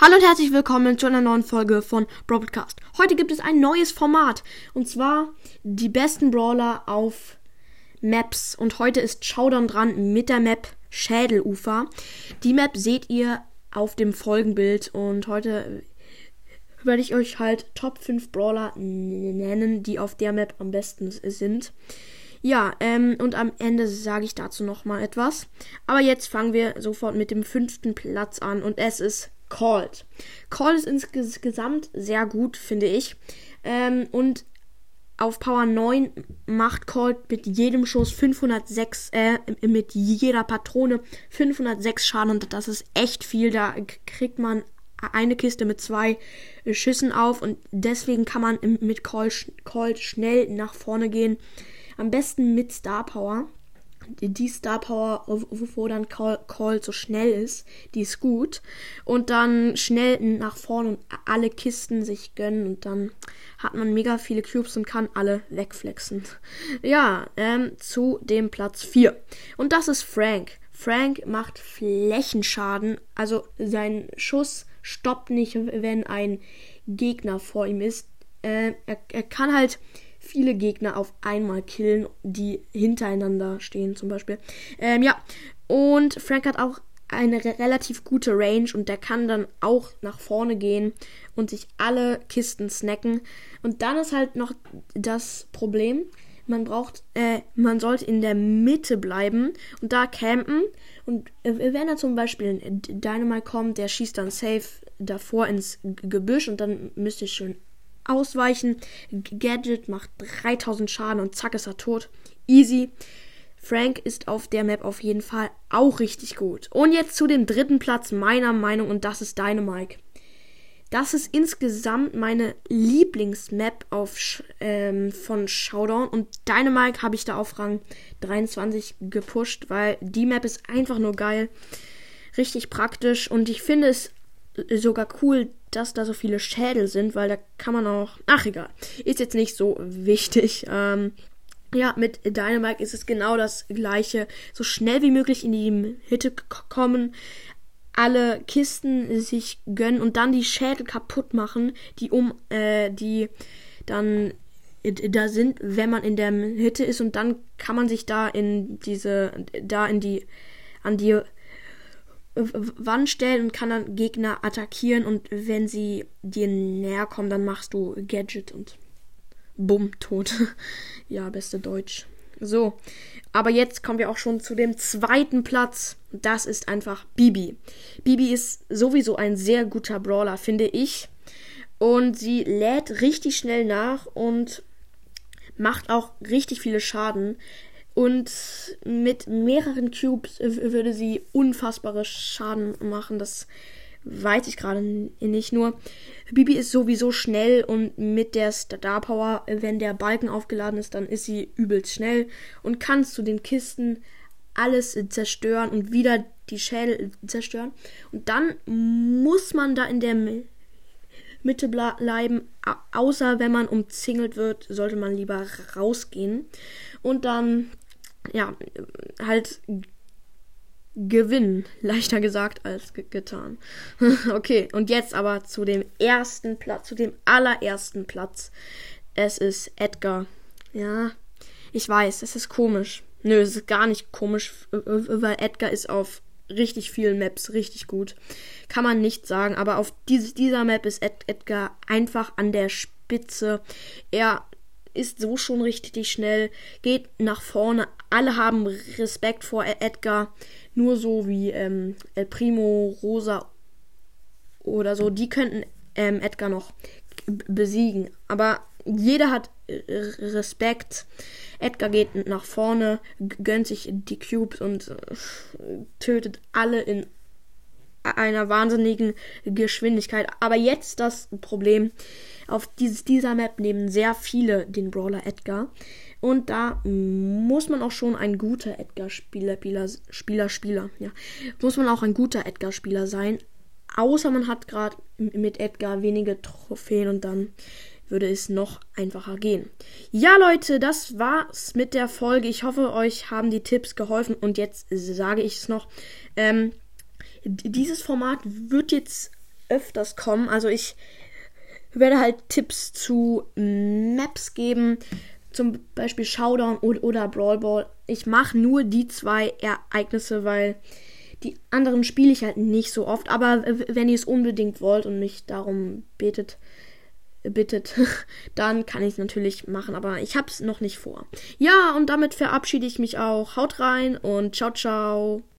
Hallo und herzlich willkommen zu einer neuen Folge von Brawl Podcast. Heute gibt es ein neues Format und zwar die besten Brawler auf Maps. Und heute ist Showdown dran mit der Map Schädelufer. Die Map seht ihr auf dem Folgenbild und heute werde ich euch halt Top 5 Brawler nennen, die auf der Map am besten sind. Ja, und am Ende sage ich dazu nochmal etwas. Aber jetzt fangen wir sofort mit dem 5. Platz an und es ist Colt. Colt ist insgesamt sehr gut, finde ich. Und auf Power 9 macht Colt mit jedem Schuss 506, mit jeder Patrone 506 Schaden und das ist echt viel. Da kriegt man eine Kiste mit 2 Schüssen auf und deswegen kann man mit Colt schnell nach vorne gehen. Am besten mit Star Power. Die Star Power, wo dann Colt so schnell ist, die ist gut. Und dann schnell nach vorne und alle Kisten sich gönnen. Und dann hat man mega viele Cubes und kann alle wegflexen. Ja, zu dem Platz 4. Und das ist Frank. Frank macht Flächenschaden. Also sein Schuss stoppt nicht, wenn ein Gegner vor ihm ist. Er kann halt viele Gegner auf einmal killen, die hintereinander stehen zum Beispiel. Ja, und Frank hat auch eine relativ gute Range und der kann dann auch nach vorne gehen und sich alle Kisten snacken. Und dann ist halt noch das Problem, man sollte in der Mitte bleiben und da campen. Und wenn da zum Beispiel ein Dynamite kommt, der schießt dann safe davor ins Gebüsch und dann müsst ihr schon ausweichen. Gadget macht 3000 Schaden und zack ist er tot. Easy. Frank ist auf der Map auf jeden Fall auch richtig gut. Und jetzt zu dem 3. Platz meiner Meinung und das ist Dynamite. Das ist insgesamt meine Lieblingsmap von Showdown und Dynamite habe ich da auf Rang 23 gepusht, weil die Map ist einfach nur geil. Richtig praktisch und ich finde es sogar cool, dass da so viele Schädel sind, weil da kann man auch... Ach, egal. Ist jetzt nicht so wichtig. Ja, mit Dynamite ist es genau das Gleiche. So schnell wie möglich in die Mitte kommen, alle Kisten sich gönnen und dann die Schädel kaputt machen, die dann da sind, wenn man in der Mitte ist und dann kann man sich an die Wand stellen und kann dann Gegner attackieren und wenn sie dir näher kommen, dann machst du Gadget und bumm, tot. Ja, beste Deutsch. So, aber jetzt kommen wir auch schon zu dem 2. Platz. Das ist einfach Bibi. Bibi ist sowieso ein sehr guter Brawler, finde ich. Und sie lädt richtig schnell nach und macht auch richtig viele Schaden. Und mit mehreren Cubes würde sie unfassbare Schaden machen. Das weiß ich gerade nicht. Nur Bibi ist sowieso schnell und mit der Star Power, wenn der Balken aufgeladen ist, dann ist sie übelst schnell und kann zu den Kisten alles zerstören und wieder die Schädel zerstören. Und dann muss man da in der Mitte bleiben. Außer wenn man umzingelt wird, sollte man lieber rausgehen. Und dann ja, halt gewinnen. Leichter gesagt als getan. Okay, und jetzt aber zu dem allerersten Platz. Es ist Edgar. Ja, ich weiß, es ist komisch. Nö, es ist gar nicht komisch, weil Edgar ist auf richtig vielen Maps richtig gut. Kann man nicht sagen, aber auf dieser Map ist Edgar einfach an der Spitze. Er ist so schon richtig schnell, geht nach vorne. Alle haben Respekt vor Edgar. Nur so wie El Primo, Rosa oder so, die könnten Edgar noch besiegen. Aber jeder hat Respekt. Edgar geht nach vorne, gönnt sich die Cubes und tötet alle in einer wahnsinnigen Geschwindigkeit. Aber jetzt das Problem: Auf dieser Map nehmen sehr viele den Brawler Edgar. Und da muss man auch schon ein guter Edgar-Spieler, ja. Muss man auch ein guter Edgar-Spieler sein. Außer man hat gerade mit Edgar wenige Trophäen und dann würde es noch einfacher gehen. Ja, Leute, das war's mit der Folge. Ich hoffe, euch haben die Tipps geholfen und jetzt sage ich es noch. Dieses Format wird jetzt öfters kommen. Also ich werde halt Tipps zu Maps geben, zum Beispiel Showdown oder Brawl Ball. Ich mache nur die 2 Ereignisse, weil die anderen spiele ich halt nicht so oft. Aber wenn ihr es unbedingt wollt und mich darum bittet, dann kann ich es natürlich machen. Aber ich habe es noch nicht vor. Ja, und damit verabschiede ich mich auch. Haut rein und ciao, ciao.